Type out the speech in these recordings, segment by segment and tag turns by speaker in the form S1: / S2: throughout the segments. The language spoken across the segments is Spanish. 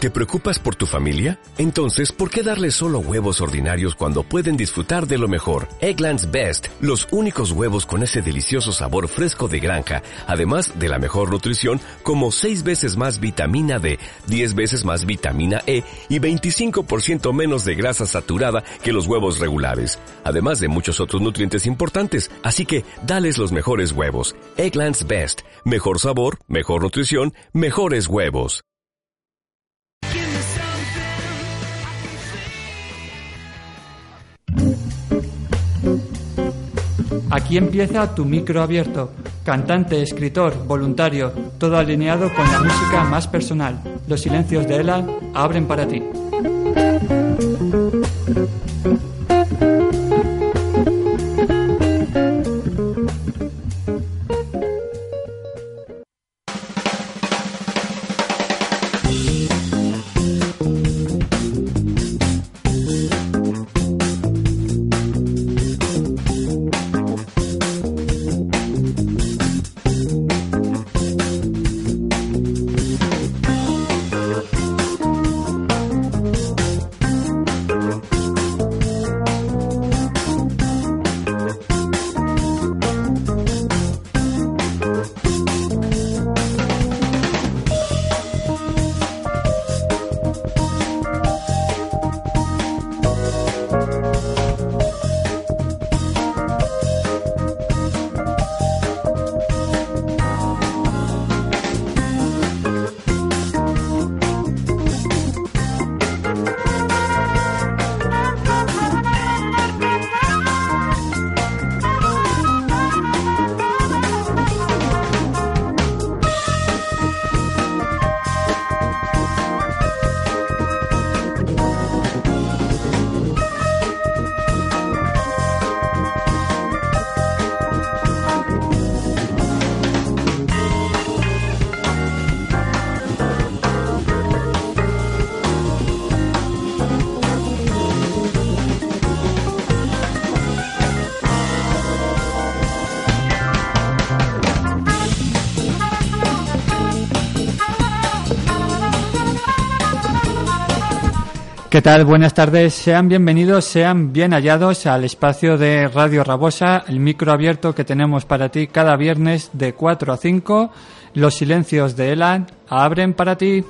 S1: ¿Te preocupas por tu familia? Entonces, ¿por qué darles solo huevos ordinarios cuando pueden disfrutar de lo mejor? Eggland's Best, los únicos huevos con ese delicioso sabor fresco de granja, además de la mejor nutrición, como 6 veces más vitamina D, 10 veces más vitamina E y 25% menos de grasa saturada que los huevos regulares, además de muchos otros nutrientes importantes. Así que, dales los mejores huevos. Eggland's Best, mejor sabor, mejor nutrición, mejores huevos.
S2: Aquí empieza Tu Micro Abierto. Cantante, escritor, voluntario, todo alineado con la música más personal. Los silencios de Ela abren para ti. ¿Qué tal? Buenas tardes, sean bienvenidos, sean bien hallados al espacio de Radio Rabosa, el micro abierto que tenemos para ti cada viernes de 4 a 5. Los silencios de Ela abren para ti.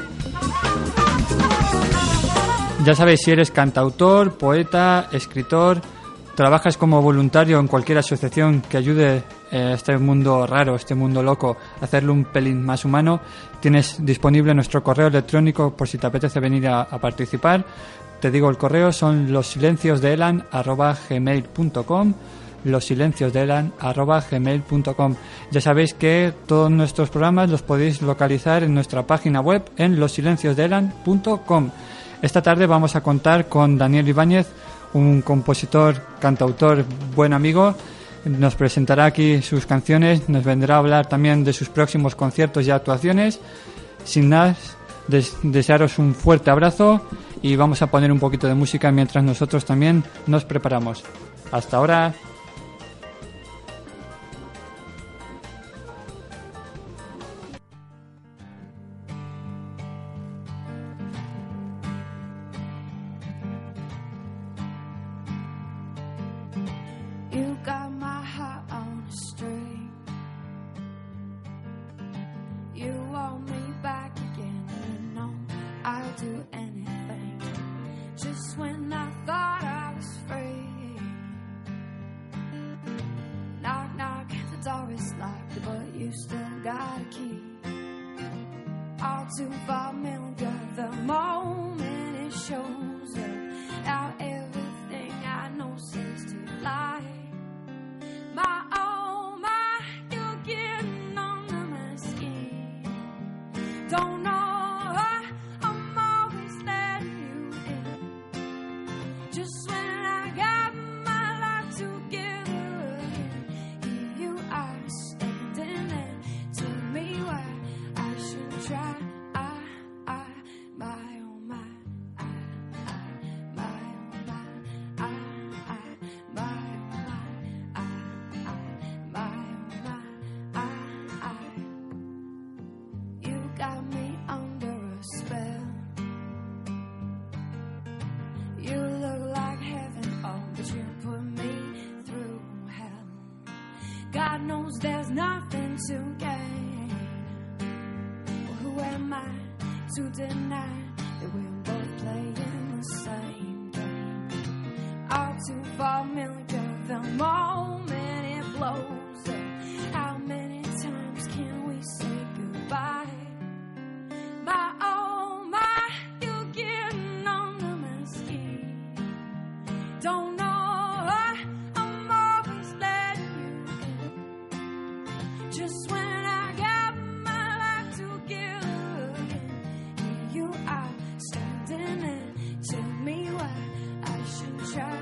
S2: Ya sabéis, si eres cantautor, poeta, escritor, trabajas como voluntario en cualquier asociación que ayude a este mundo raro, este mundo loco, a hacerlo un pelín más humano, tienes disponible nuestro correo electrónico por si te apetece venir a participar. Te digo el correo, son losilenciosdeelan@gmail.com, losilenciosdeelan@gmail.com. Ya sabéis que todos nuestros programas los podéis localizar en nuestra página web en losilenciosdeelan.com. Esta tarde vamos a contar con Daniel Ibáñez, un compositor, cantautor, buen amigo. Nos presentará aquí sus canciones, nos vendrá a hablar también de sus próximos conciertos y actuaciones. Sin nada, desearos un fuerte abrazo y vamos a poner un poquito de música mientras nosotros también nos preparamos. Hasta ahora.
S3: Try, nothing to gain. Well, who am I to deny that we're both playing the same game? All too familiar, the moment it blows up. How many times can we say goodbye? My oh my, you're getting under my skin. Don't know why I'm always letting you in. Just when I got my life together again, here you are standing there. Tell me why I should try.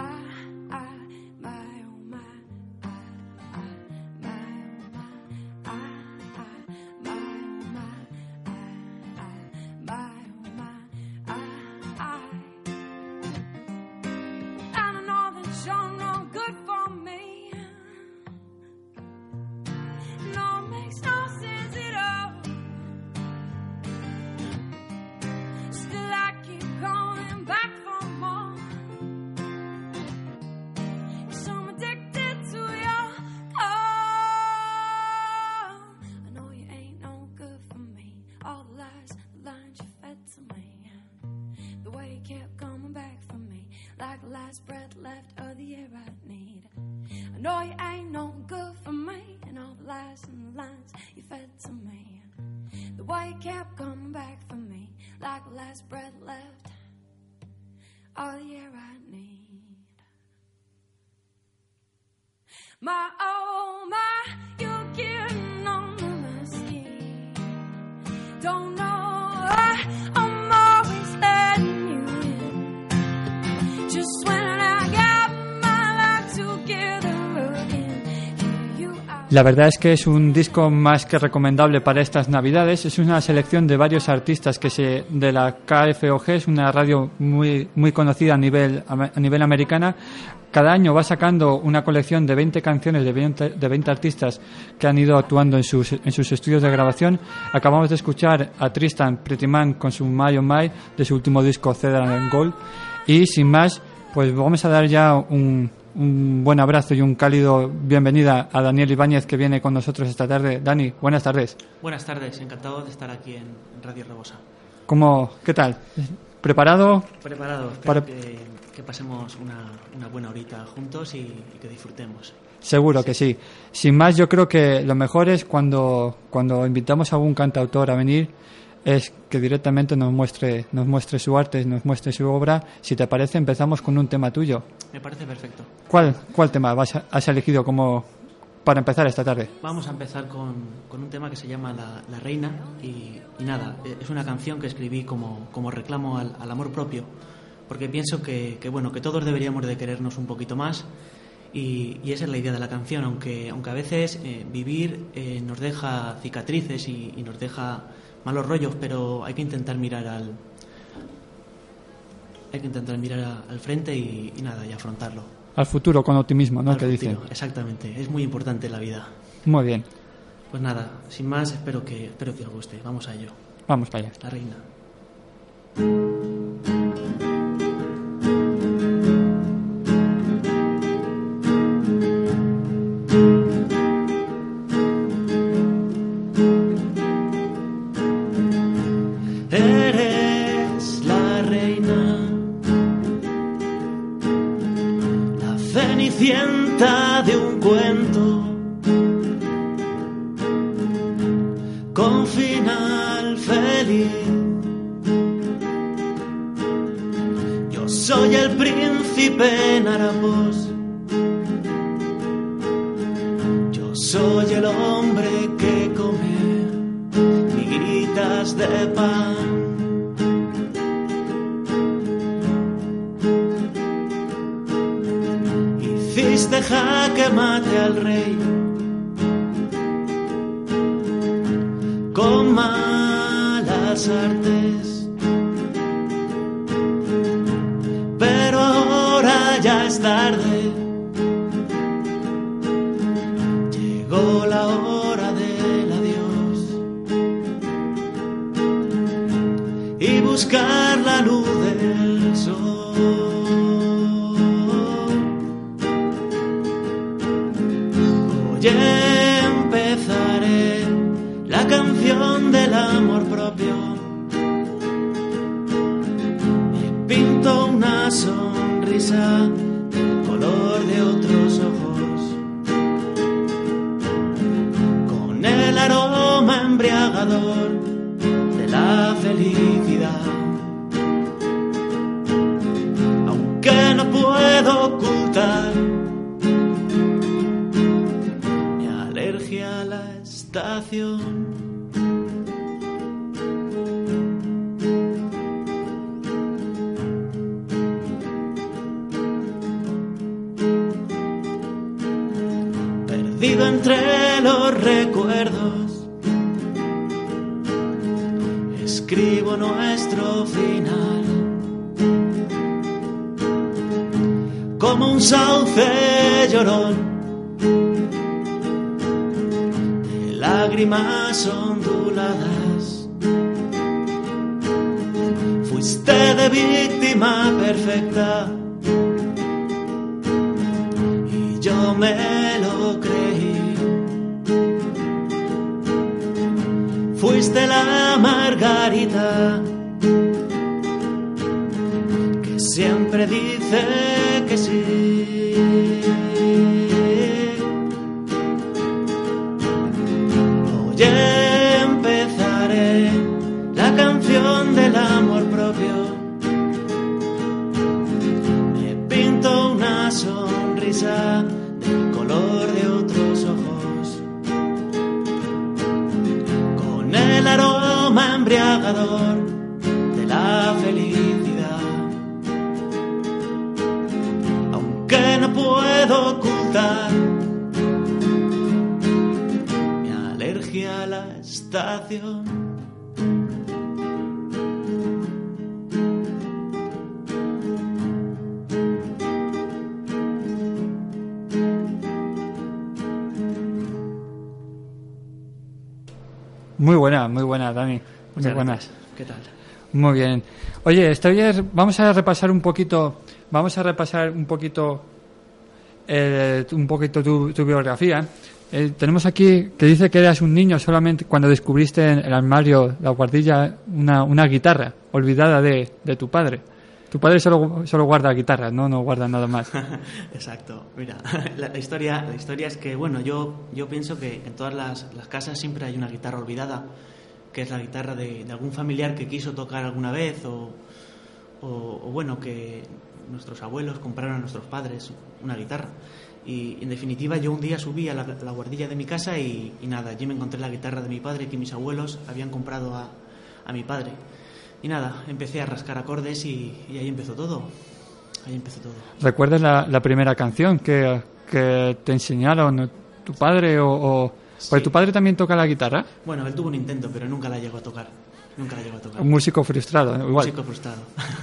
S3: Last breath left of the air I need. I know you ain't no good for me, and all the lies and the lines you fed to me. The way you kept coming back for me, like the last breath left of the air I need. My oh my, you're getting under my skin. Don't know why I'm always letting you in. Just when I got my life together again, here you are.
S2: La verdad es que es un disco más que recomendable para estas Navidades. Es una selección de varios artistas de la KFOG, es una radio muy conocida a nivel americana. Cada año va sacando una colección de 20 canciones de 20 artistas que han ido actuando en sus estudios de grabación. Acabamos de escuchar a Tristan Prettyman con su My Oh My de su último disco Cedar and Gold. Y sin más, pues vamos a dar ya un buen abrazo y un cálido bienvenida a Daniel Ibáñez, que viene con nosotros esta tarde. Dani, buenas tardes.
S4: Buenas tardes, encantado de estar aquí en Radio Rebosa.
S2: ¿Qué tal? ¿Preparado?
S4: Preparado, espero que pasemos una buena horita juntos y que disfrutemos.
S2: Seguro que sí. Sin más, yo creo que lo mejor es cuando invitamos a algún cantautor a venir, es que directamente nos muestre su arte, nos muestre su obra. Si te parece, empezamos con un tema tuyo.
S4: Me parece perfecto.
S2: ¿Cuál tema has elegido como para empezar esta tarde?
S4: Vamos a empezar con un tema que se llama La Reina y nada, es una canción que escribí como reclamo al amor propio, porque pienso que todos deberíamos de querernos un poquito más y esa es la idea de la canción, aunque a veces vivir nos deja cicatrices y nos deja malos rollos, pero hay que intentar mirar al frente y nada, y afrontarlo. Al futuro con optimismo, ¿no? ¿Qué dicen? Exactamente, es muy importante en la vida.
S2: Muy bien.
S4: Pues nada, sin más, espero que os guste. Vamos a ello.
S2: Vamos para allá.
S4: La Reina.
S5: Eres la reina, la cenicienta de un cuento con final feliz. Yo soy el príncipe en harapos, yo soy el hombre que come miguitas de pan. Hiciste jaque mate al rey con malas artes, pero ahora ya es tarde. Llegó la hora del adiós y buscar la luz del sol. Oye, una sonrisa del color de otros ojos, con el aroma embriagador de la felicidad. Aunque no puedo ocultar mi alergia a la estación. Perdido entre los recuerdos, escribo nuestro final. Como un sauce llorón de lágrimas onduladas, fuiste de víctima perfecta y yo me lo creí. Fuiste la margarita que siempre dice que sí. Hoy empezaré la canción del amor propio. Me pinto una sonrisa del color de otros ojos, con el aroma embriagador de la felicidad. Aunque no puedo ocultar mi alergia a la estación.
S2: Muy buena, Dani. Muy
S4: Muchas
S2: buenas.
S4: gracias. ¿Qué tal?
S2: Muy bien. Oye, vamos a repasar un poquito tu biografía. Tenemos aquí que dice que eras un niño solamente cuando descubriste en el armario, la guardilla, una guitarra olvidada de tu padre. Tu padre solo guarda guitarras, no guarda nada más.
S4: Exacto. Mira, la historia es que, bueno, yo pienso que en todas las casas siempre hay una guitarra olvidada, que es la guitarra de algún familiar que quiso tocar alguna vez o bueno, que nuestros abuelos compraron a nuestros padres una guitarra. Y en definitiva yo un día subí a la guardilla de mi casa y nada, allí me encontré la guitarra de mi padre que mis abuelos habían comprado a mi padre. Y nada, empecé a rascar acordes y ahí empezó todo.
S2: ¿Recuerdas la primera canción que te enseñaron tu padre o
S4: Sí.
S2: Pues tu padre también toca la guitarra?
S4: Bueno, él tuvo un intento, pero nunca la llegó a tocar.
S2: Un músico frustrado, igual.
S4: Un músico frustrado.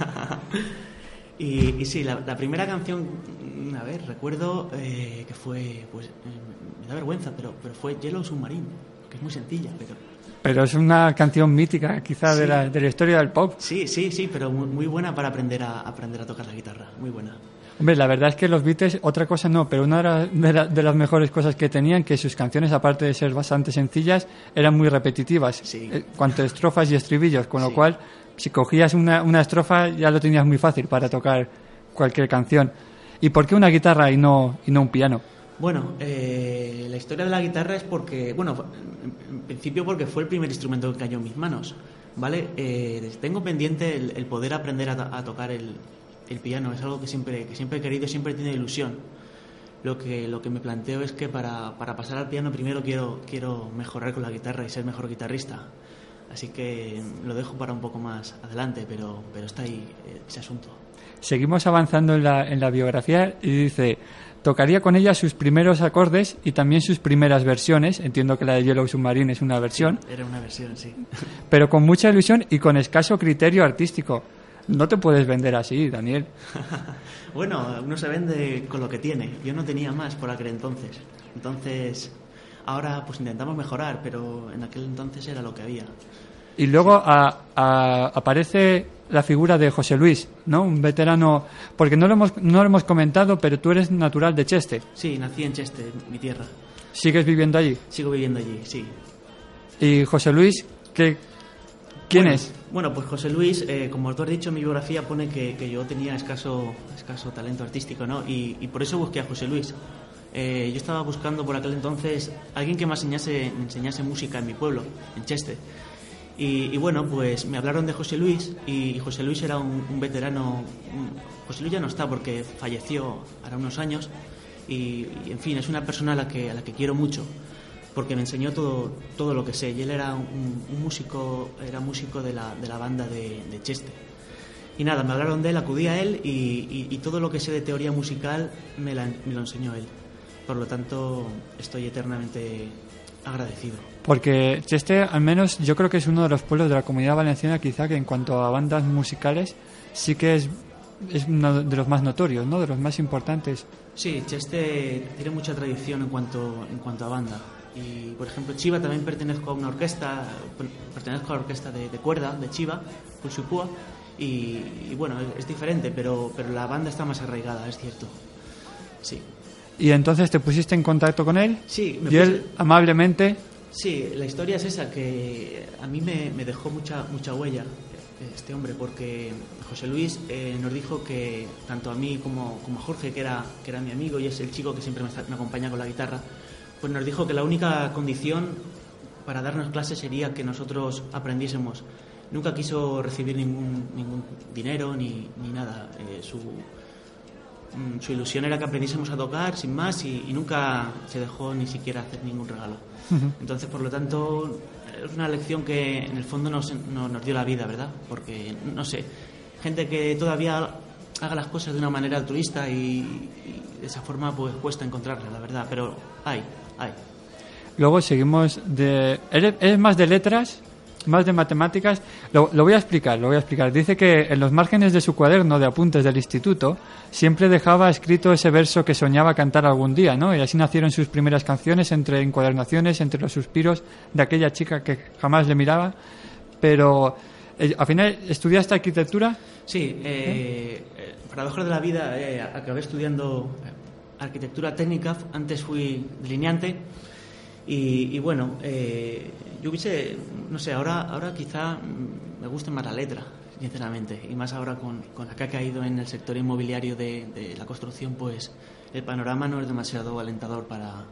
S4: y sí, la primera canción, a ver, recuerdo que fue, pues, me da vergüenza, pero fue Yellow Submarine, que es muy sencilla,
S2: Pero es una canción mítica, quizá,
S4: Sí.
S2: de la historia del pop.
S4: Sí, pero muy buena para aprender a tocar la guitarra, muy buena.
S2: Hombre, la verdad es que los Beatles, otra cosa no, pero una de las mejores cosas que tenían, que sus canciones, aparte de ser bastante sencillas, eran muy repetitivas,
S4: Sí.
S2: Cuanto a estrofas y estribillos, con lo
S4: Sí.
S2: cual, si cogías una estrofa, ya lo tenías muy fácil para tocar cualquier canción. ¿Y por qué una guitarra y no un piano?
S4: Bueno, la historia de la guitarra es porque, bueno, en principio porque fue el primer instrumento que cayó en mis manos, ¿vale? Tengo pendiente el poder aprender a tocar el piano, es algo que siempre he querido, siempre he tenido ilusión. Lo que me planteo es que para pasar al piano primero quiero mejorar con la guitarra y ser mejor guitarrista. Así que lo dejo para un poco más adelante, pero está ahí ese asunto.
S2: Seguimos avanzando en la biografía y dice: tocaría con ella sus primeros acordes y también sus primeras versiones. Entiendo que la de Yellow Submarine es una versión.
S4: Era una versión, sí.
S2: Pero con mucha ilusión y con escaso criterio artístico. No te puedes vender así, Daniel.
S4: Bueno, uno se vende con lo que tiene. Yo no tenía más por aquel entonces. Entonces, ahora pues intentamos mejorar, pero en aquel entonces era lo que había.
S2: Y luego aparece la figura de José Luis, ¿no? Un veterano, porque no lo hemos comentado, pero tú eres natural de Cheste.
S4: Sí, nací en Cheste, mi tierra.
S2: ¿Sigues viviendo allí?
S4: Sigo viviendo allí, sí.
S2: Y José Luis, ¿Quién es?
S4: Bueno, pues José Luis, como tú has dicho, en mi biografía pone que yo tenía escaso talento artístico, ¿no? Y por eso busqué a José Luis. Yo estaba buscando por aquel entonces alguien que me enseñase música en mi pueblo, en Cheste. Y bueno, pues me hablaron de José Luis, y José Luis era un veterano. José Luis ya no está porque falleció hará unos años, y en fin, es una persona a la que quiero mucho, porque me enseñó todo lo que sé. Y él era un músico, era músico de la banda de Cheste. Y nada, me hablaron de él, acudí a él, y todo lo que sé de teoría musical me lo enseñó él. Por lo tanto, estoy eternamente agradecido.
S2: Porque Cheste, al menos, yo creo que es uno de los pueblos de la Comunidad Valenciana, quizá, que en cuanto a bandas musicales sí que es uno de los más notorios, ¿no? De los más importantes.
S4: Sí, Cheste tiene mucha tradición en cuanto a banda. Y, por ejemplo, Chiva, también pertenezco a la orquesta de cuerda de Chiva, Pulsupúa, y bueno, es diferente, pero la banda está más arraigada, es cierto. Sí.
S2: ¿Y entonces te pusiste en contacto con él?
S4: Sí,
S2: y él amablemente...
S4: Sí, la historia es esa, que a mí me dejó mucha huella este hombre, porque José Luis nos dijo que tanto a mí como a Jorge, que era mi amigo y es el chico que siempre me acompaña con la guitarra, pues nos dijo que la única condición para darnos clases sería que nosotros aprendiésemos. Nunca quiso recibir ningún dinero ni nada. Su ilusión era que aprendiésemos a tocar sin más, y nunca se dejó ni siquiera hacer ningún regalo. Entonces, por lo tanto, es una lección que en el fondo nos dio la vida, ¿verdad? Porque, no sé, gente que todavía haga las cosas de una manera altruista, y de esa forma pues cuesta encontrarla, la verdad, pero hay.
S2: Luego seguimos ¿Eres más de letras? ¿Más de matemáticas? Lo voy a explicar. Dice que en los márgenes de su cuaderno de apuntes del instituto siempre dejaba escrito ese verso que soñaba cantar algún día, ¿no? Y así nacieron sus primeras canciones, entre encuadernaciones, entre los suspiros de aquella chica que jamás le miraba. Pero, ¿al final estudiaste arquitectura?
S4: Sí, paradojas de la vida, acabé estudiando arquitectura técnica. Antes fui delineante. Y bueno, yo hubiese, no sé, ahora quizá me guste más la letra, sinceramente, y más ahora con la que ha caído en el sector inmobiliario de la construcción, pues el panorama no es demasiado alentador para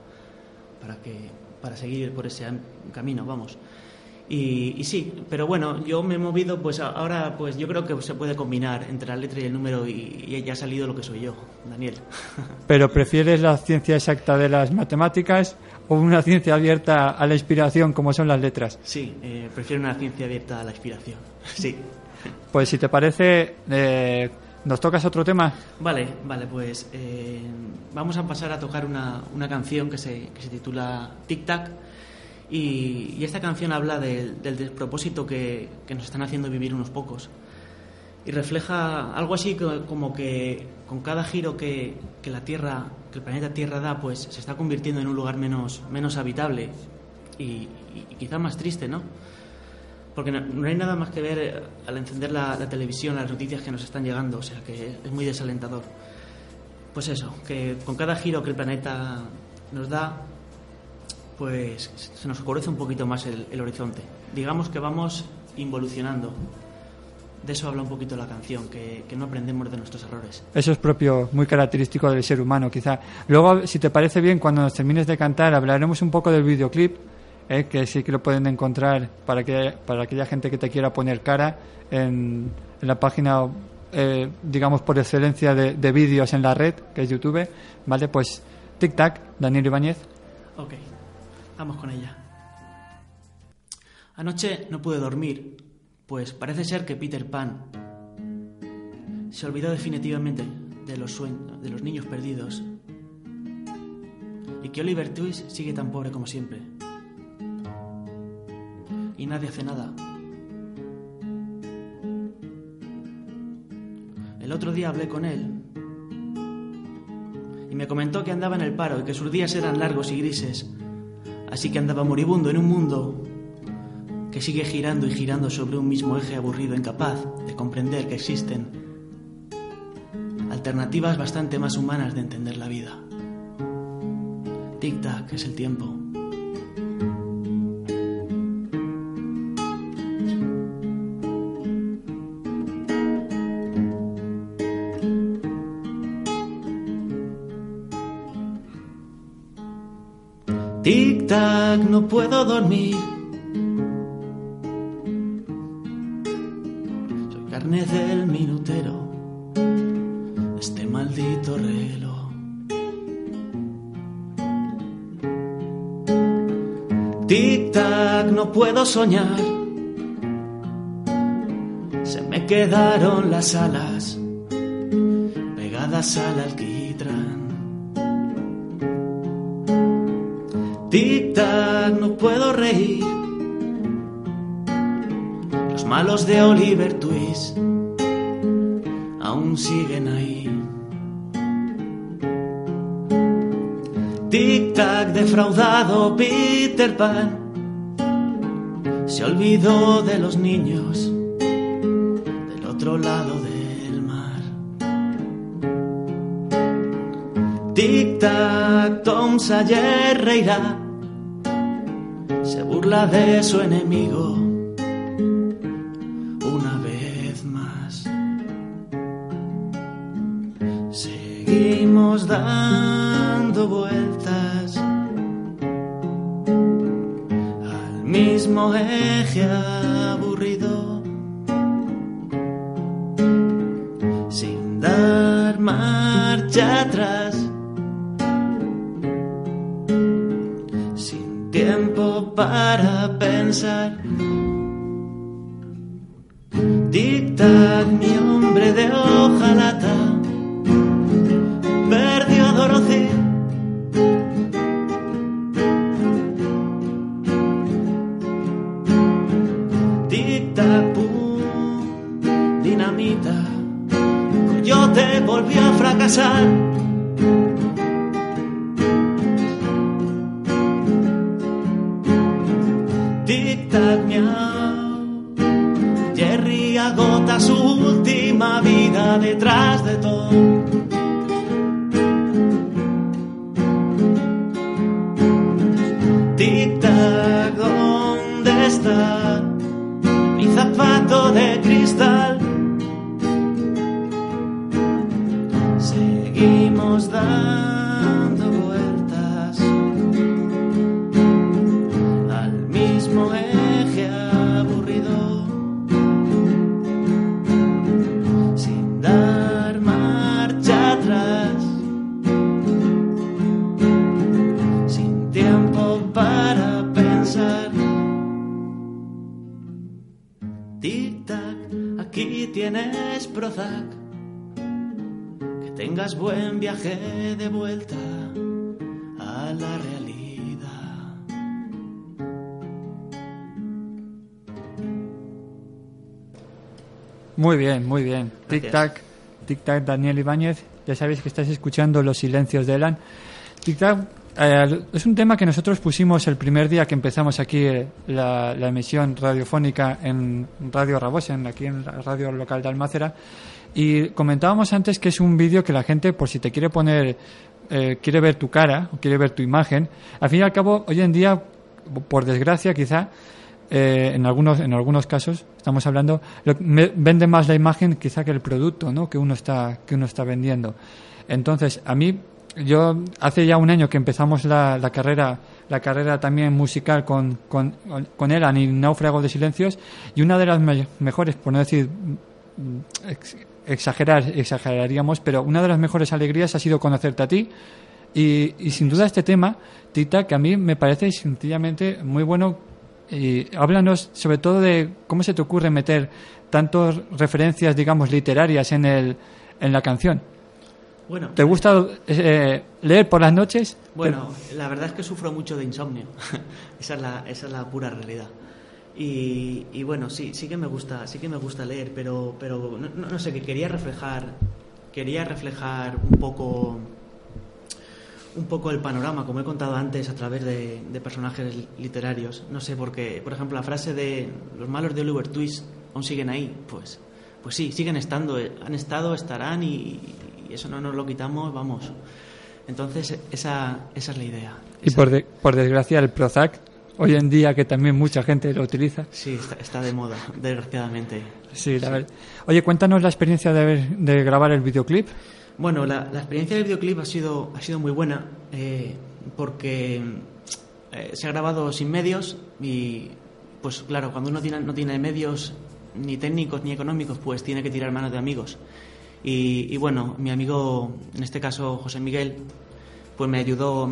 S4: seguir por ese camino, vamos. Y sí, pero bueno, yo me he movido, pues ahora pues yo creo que se puede combinar entre la letra y el número, y ya ha salido lo que soy yo, Daniel.
S2: ¿Pero prefieres la ciencia exacta de las matemáticas o una ciencia abierta a la inspiración como son las letras?
S4: Sí, prefiero una ciencia abierta a la inspiración, sí.
S2: Pues si te parece, ¿nos tocas otro tema? Vale,
S4: pues vamos a pasar a tocar una canción que se titula Tic Tac. Y esta canción habla del despropósito que nos están haciendo vivir unos pocos, y refleja algo así como que con cada giro que el planeta Tierra da, pues se está convirtiendo en un lugar menos habitable y quizá más triste, ¿no? Porque no hay nada más que ver al encender la televisión, las noticias que nos están llegando, o sea que es muy desalentador. Pues eso, que con cada giro que el planeta nos da, pues se nos oscurece un poquito más el horizonte. Digamos que vamos involucionando. De eso habla un poquito la canción, que no aprendemos de nuestros errores.
S2: Eso es propio, muy característico del ser humano, quizá. Luego, si te parece bien, cuando nos termines de cantar, hablaremos un poco del videoclip, que sí que lo pueden encontrar para aquella gente que te quiera poner cara en la página, digamos, por excelencia de vídeos en la red, que es YouTube. Vale, pues Tic Tac, Daniel Ibáñez.
S4: Ok. Vamos con ella. Anoche no pude dormir, pues parece ser que Peter Pan se olvidó definitivamente de los sueños, de los niños perdidos, y que Oliver Twist sigue tan pobre como siempre. Y nadie hace nada. El otro día hablé con él y me comentó que andaba en el paro y que sus días eran largos y grises. Así que andaba moribundo en un mundo que sigue girando y girando sobre un mismo eje aburrido, incapaz de comprender que existen alternativas bastante más humanas de entender la vida. Tic-tac es el tiempo.
S5: Tic-tac, no puedo dormir. Soy carne del minutero, este maldito reloj. Tic-tac, no puedo soñar. Se me quedaron las alas pegadas al alquitrán. Tic-tac, no puedo reír. Los malos de Oliver Twist aún siguen ahí. Tic-tac, defraudado Peter Pan se olvidó de los niños del otro lado del mar. Tic-tac, Tom Sawyer reirá, se burla de su enemigo una vez más. Seguimos dando vueltas al mismo eje aburrido, sin dar marcha atrás, sin tiempo para pensar. Tic-tac, mi hombre de hojalata perdió a Dorothy. Tic-tac, pum, dinamita, Coyote volvió a fracasar. Tic-tac, miau, Jerry agota su última vida detrás de todo. Tic-tac, ¿dónde está mi zapato de cristal? Seguimos dando vueltas al mismo eje aburrido, sin dar marcha atrás, sin tiempo para pensar. Tic-tac, aquí tienes Prozac, que tengas buen viaje de vuelta a la realidad.
S2: Muy bien, muy bien. Tic-tac, tic-tac, Daniel Ibáñez. Ya sabéis que estáis escuchando Los Silencios de Elan. Tic-tac es un tema que nosotros pusimos el primer día que empezamos aquí la emisión radiofónica en Radio Rabosen, aquí en la radio local de Almácera. Y comentábamos antes que es un vídeo que la gente, por si te quiere poner, quiere ver tu cara o quiere ver tu imagen. Al fin y al cabo, hoy en día, por desgracia quizá, en algunos casos, estamos hablando, vende más la imagen quizá que el producto, ¿no?, que uno está vendiendo. Entonces, a mí, yo hace ya un año que empezamos la carrera también musical con Elan y Náufrago de Silencios, y una de las mejores, por no decir exageraríamos, pero una de las mejores alegrías ha sido conocerte a ti y sin duda este tema, Tic-tac, que a mí me parece sencillamente muy bueno. Y háblanos sobre todo de cómo se te ocurre meter tantas referencias, digamos, literarias en la canción.
S4: Bueno,
S2: ¿te gusta leer por las noches?
S4: Bueno, la verdad es que sufro mucho de insomnio. esa es la pura realidad. Y bueno, sí que me gusta leer, pero no sé, que quería reflejar un poco el panorama, como he contado antes, a través de personajes literarios. No sé, porque, por ejemplo, la frase de los malos de Oliver Twist aún siguen ahí, pues sí, siguen estando, han estado, estarán, y eso no nos lo quitamos, vamos. Entonces, esa es la idea.
S2: Y por desgracia, el Prozac, hoy en día, que también mucha gente lo utiliza.
S4: Sí, está de moda, desgraciadamente.
S2: Sí, la verdad. Oye, cuéntanos la experiencia de grabar el videoclip.
S4: Bueno, la experiencia del videoclip ha sido muy buena, porque se ha grabado sin medios y, pues claro, cuando uno no tiene medios ni técnicos ni económicos, pues tiene que tirar manos de amigos. Y bueno, mi amigo, en este caso José Miguel, pues me ayudó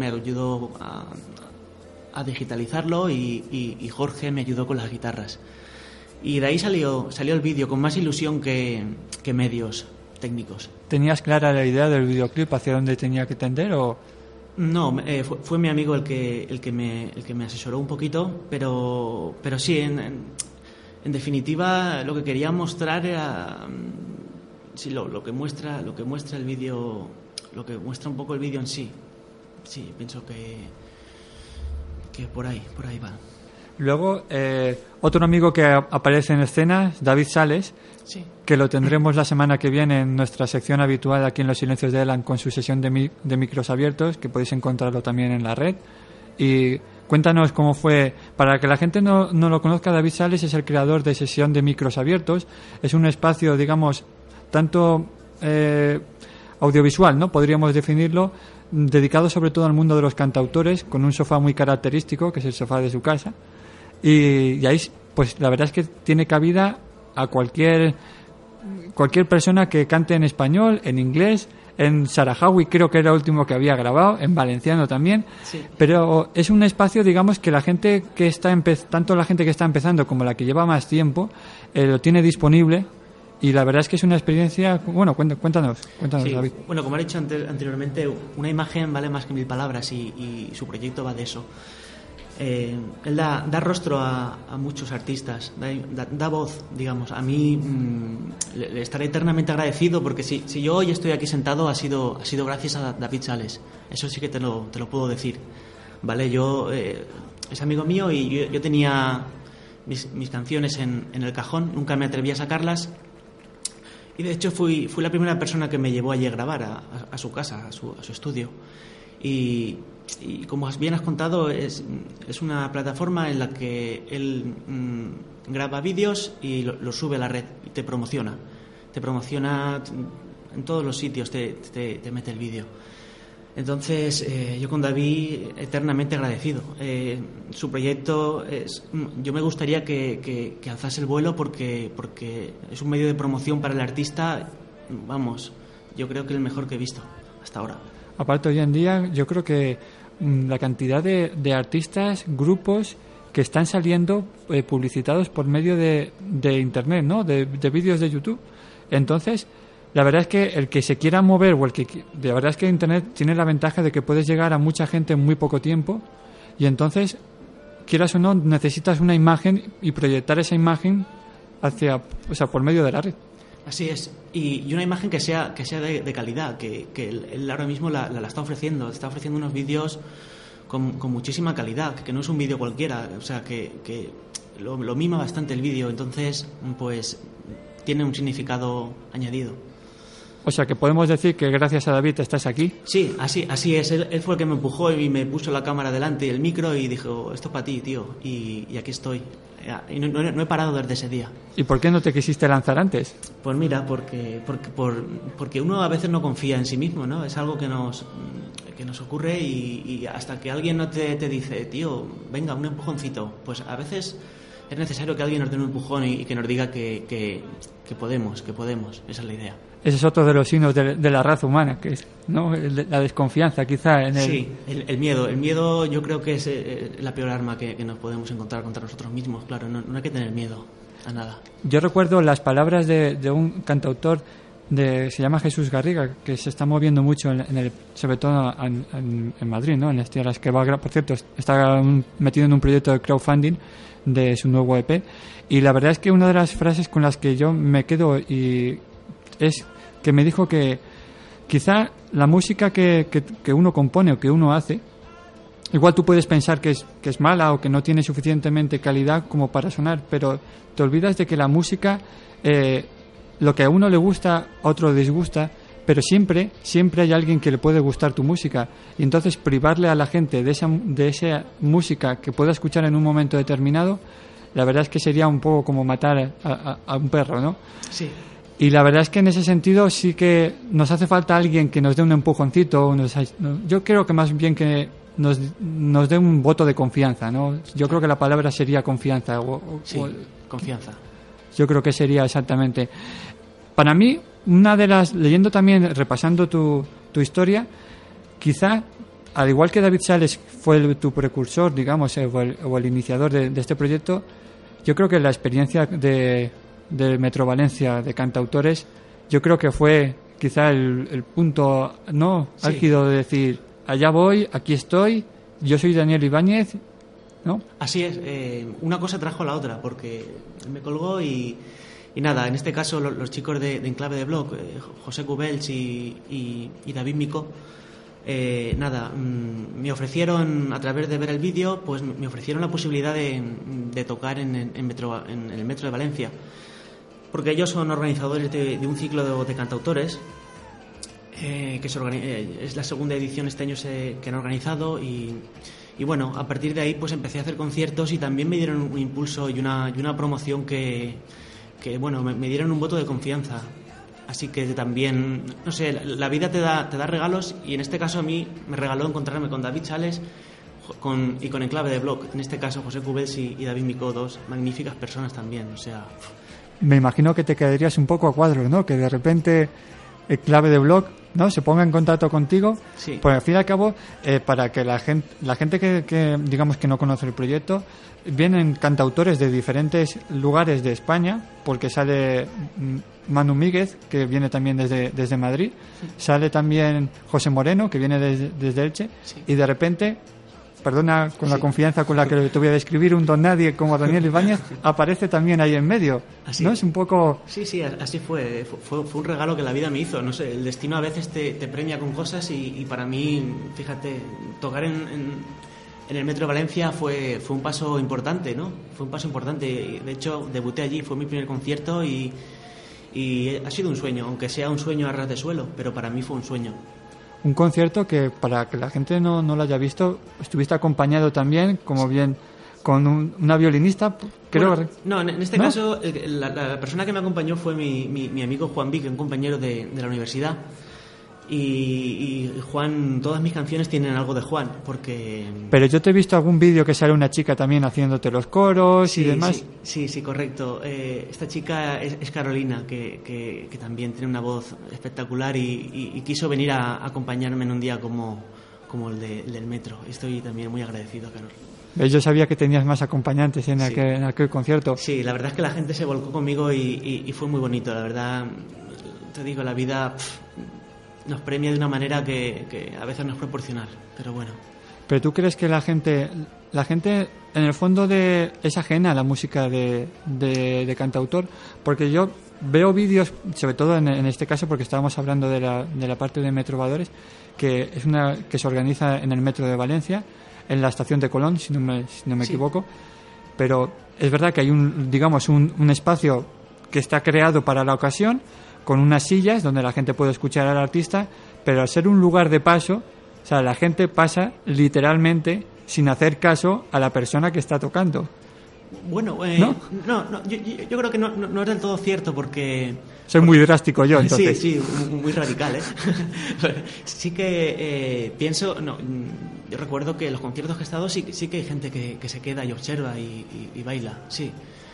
S4: a digitalizarlo y Jorge me ayudó con las guitarras. Y de ahí salió el vídeo con más ilusión que medios técnicos.
S2: ¿Tenías clara la idea del videoclip hacia dónde tenía que tender o...?
S4: No, fue mi amigo el que me asesoró un poquito, pero sí, en definitiva lo que quería mostrar era sí, lo que muestra el vídeo, lo que muestra un poco el vídeo en sí. Sí, pienso que por ahí va.
S2: Luego, otro amigo que aparece en escena, David Sales,
S4: sí,
S2: que lo tendremos la semana que viene en nuestra sección habitual aquí en Los Silencios de Elan con su sesión de micros abiertos, que podéis encontrarlo también en la red. Y cuéntanos cómo fue, para que la gente no lo conozca, David Sales es el creador de Sesión de Micros Abiertos. Es un espacio, digamos, tanto audiovisual, ¿no? Podríamos definirlo, dedicado sobre todo al mundo de los cantautores, con un sofá muy característico, que es el sofá de su casa. Y ahí, pues la verdad es que tiene cabida a cualquier persona que cante en español, en inglés, en saharaui, creo que era el último que había grabado, en valenciano también.
S4: sí.
S2: Pero es un espacio, digamos, que la gente que está tanto la gente que está empezando como la que lleva más tiempo lo tiene disponible. Y la verdad es que es una experiencia... Bueno, cuéntanos,
S4: Sí.
S2: David.
S4: Bueno, como he dicho anteriormente, una imagen vale más que 1000 palabras y su proyecto va de eso. Él da rostro a muchos artistas, da voz, digamos. A mí le estaré eternamente agradecido porque si yo hoy estoy aquí sentado ha sido gracias a David Sales. Eso sí que te lo puedo decir. ¿Vale? Es amigo mío y yo tenía mis canciones en el cajón, nunca me atreví a sacarlas. Y de hecho fui la primera persona que me llevó allí a grabar a su casa, a su estudio. Y como bien has contado, es una plataforma en la que él graba vídeos y lo sube a la red y te promociona. Te promociona en todos los sitios, te mete el vídeo. Entonces, yo con David eternamente agradecido. Su proyecto yo me gustaría que alzase el vuelo porque es un medio de promoción para el artista, vamos, yo creo que el mejor que he visto hasta ahora.
S2: Aparte, hoy en día, yo creo que la cantidad de artistas, grupos que están saliendo publicitados por medio de Internet, ¿no? De vídeos de YouTube. Entonces, la verdad es que el que se quiera mover o la verdad es que Internet tiene la ventaja de que puedes llegar a mucha gente en muy poco tiempo y entonces, quieras o no, necesitas una imagen y proyectar esa imagen por medio de la red.
S4: Así es, y una imagen que sea de calidad, que él ahora mismo la está ofreciendo unos vídeos con muchísima calidad, que no es un vídeo cualquiera, o sea, que lo mima bastante el vídeo, entonces pues tiene un significado añadido.
S2: O sea, que podemos decir que gracias a David estás aquí.
S4: Sí, así es. Él fue el que me empujó y me puso la cámara delante y el micro y dijo, esto es para ti, tío. Y aquí estoy. Y no he parado desde ese día.
S2: ¿Y por qué no te quisiste lanzar antes?
S4: Pues mira, porque uno a veces no confía en sí mismo, ¿no? Es algo que nos ocurre y hasta que alguien no te dice, tío, venga, un empujoncito, pues a veces es necesario que alguien nos dé un empujón y que nos diga que podemos. Esa es la idea.
S2: Ese es otro de los signos de la raza humana, que es, ¿no? La desconfianza, quizá.
S4: Sí, el miedo. El miedo yo creo que es la peor arma que nos podemos encontrar contra nosotros mismos. Claro, no hay que tener miedo a nada.
S2: Yo recuerdo las palabras de un cantautor se llama Jesús Garriga, que se está moviendo mucho sobre todo en Madrid, ¿no? En las tierras que va, por cierto, está metido en un proyecto de crowdfunding de su nuevo EP. Y la verdad es que una de las frases con las que yo me quedo es que me dijo que quizá la música que uno compone o que uno hace, igual tú puedes pensar que es mala o que no tiene suficientemente calidad como para sonar, pero te olvidas de que la música, lo que a uno le gusta, a otro disgusta, pero siempre hay alguien que le puede gustar tu música, y entonces privarle a la gente de esa música que pueda escuchar en un momento determinado, la verdad es que sería un poco como matar a un perro, ¿no?
S4: Sí.
S2: Y la verdad es que en ese sentido sí que nos hace falta alguien que nos dé un empujoncito. Yo creo que más bien que nos dé un voto de confianza, ¿no? Yo creo que la palabra sería confianza.
S4: Sí, confianza.
S2: Yo creo que sería exactamente. Para mí, una de las, leyendo también, repasando tu historia, quizá, al igual que David Sales fue tu precursor, digamos, o el iniciador de este proyecto, yo creo que la experiencia de Metro Valencia, de cantautores, yo creo que fue quizá el punto álgido de decir, allá voy, aquí estoy, yo soy Daniel Ibáñez, ¿no?
S4: Así es, una cosa trajo la otra, porque me colgó y nada, en este caso los chicos de Enclave de Bloc, José Cubells y David Micó, me ofrecieron, a través de ver el vídeo, pues me ofrecieron la posibilidad de tocar en el metro de Valencia, porque ellos son organizadores de un ciclo de cantautores que es la segunda edición este año que han organizado y bueno, a partir de ahí pues empecé a hacer conciertos y también me dieron un impulso y una promoción que bueno, me dieron un voto de confianza. Así que también, no sé, la vida te da regalos y en este caso a mí me regaló encontrarme con David Sales y con Enclave de Bloc. En este caso José Cubells y David Micó, dos magníficas personas también, o sea...
S2: Me imagino que te quedarías un poco a cuadros, ¿no? Que de repente Enclave de Bloc, ¿no?, se ponga en contacto contigo.
S4: Sí.
S2: Pues al fin y al cabo, para que la gente que digamos que no conoce el proyecto, vienen cantautores de diferentes lugares de España, porque sale Manu Míguez, que viene también desde Madrid, sale también José Moreno, que viene desde Elche, y de repente, perdona con la confianza con la que te voy a describir, un don nadie como Daniel Ibáñez aparece también ahí en medio.
S4: Así,
S2: ¿no? Es un poco...
S4: Sí, así fue un regalo que la vida me hizo. No sé, el destino a veces te premia con cosas y para mí, fíjate, tocar en el Metro de Valencia fue un paso importante, ¿no? Fue un paso importante. De hecho, debuté allí, fue mi primer concierto y ha sido un sueño, aunque sea un sueño a ras de suelo, pero para mí fue un sueño.
S2: Un concierto que, para que la gente no lo haya visto, estuviste acompañado también, como bien, con una violinista, creo.
S4: Bueno, no, en este caso, la persona que me acompañó fue mi amigo Juan Vic, un compañero de la universidad. Y Juan, todas mis canciones tienen algo de Juan, porque...
S2: Pero yo te he visto algún vídeo que sale una chica también haciéndote los coros y demás.
S4: Sí, correcto. Esta chica es Carolina, que también tiene una voz espectacular y quiso venir a acompañarme en un día como el del metro. Estoy también muy agradecido a Carol.
S2: Yo sabía que tenías más acompañantes en aquel concierto.
S4: Sí, la verdad es que la gente se volcó conmigo y fue muy bonito. La verdad, te digo, la vida... nos premia de una manera que a veces no es proporcional, pero bueno.
S2: ¿Pero tú crees que la gente en el fondo es ajena a la música de cantautor? Porque yo veo vídeos, sobre todo en este caso, porque estábamos hablando de la parte de Metrovadores, que se organiza en el Metro de Valencia, en la estación de Colón, si no me equivoco, pero es verdad que hay un espacio que está creado para la ocasión, con unas sillas donde la gente puede escuchar al artista, pero al ser un lugar de paso, o sea, la gente pasa literalmente sin hacer caso a la persona que está tocando.
S4: Bueno, no, yo creo que no es del todo cierto, porque...
S2: Soy muy drástico yo, entonces.
S4: Sí, muy radical, ¿eh? Sí que pienso... yo recuerdo que en los conciertos que he estado sí que hay gente que se queda y observa y baila, sí.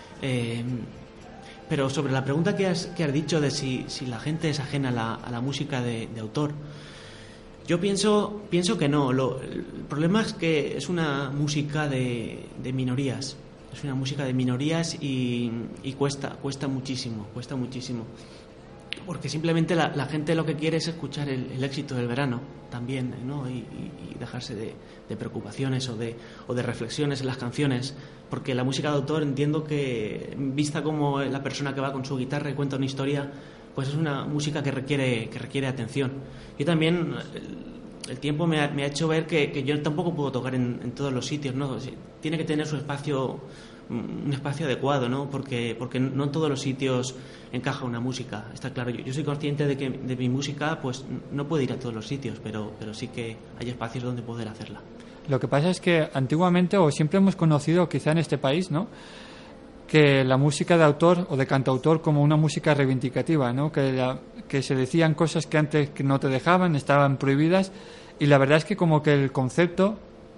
S4: Pero sobre la pregunta que has dicho de si la gente es ajena a la música de autor, yo pienso que no. El problema es que es una música de minorías. Es una música de minorías y cuesta muchísimo. Porque simplemente la gente lo que quiere es escuchar el éxito del verano también, ¿no? Y dejarse de preocupaciones o de reflexiones en las canciones, porque la música de autor, entiendo que, vista como la persona que va con su guitarra y cuenta una historia, pues es una música que requiere atención. Yo también, el tiempo me ha hecho ver que yo tampoco puedo tocar en todos los sitios, ¿no? Tiene que tener su espacio, un espacio adecuado, ¿no? Porque no en todos los sitios encaja una música, está claro. Yo soy consciente de que de mi música pues no puede ir a todos los sitios, pero sí que hay espacios donde poder hacerla.
S2: Lo que pasa es que antiguamente, o siempre hemos conocido, quizá en este país, ¿no?, que la música de autor o de cantautor como una música reivindicativa, ¿no?, que se decían cosas que antes que no te dejaban, estaban prohibidas, y la verdad es que como que el concepto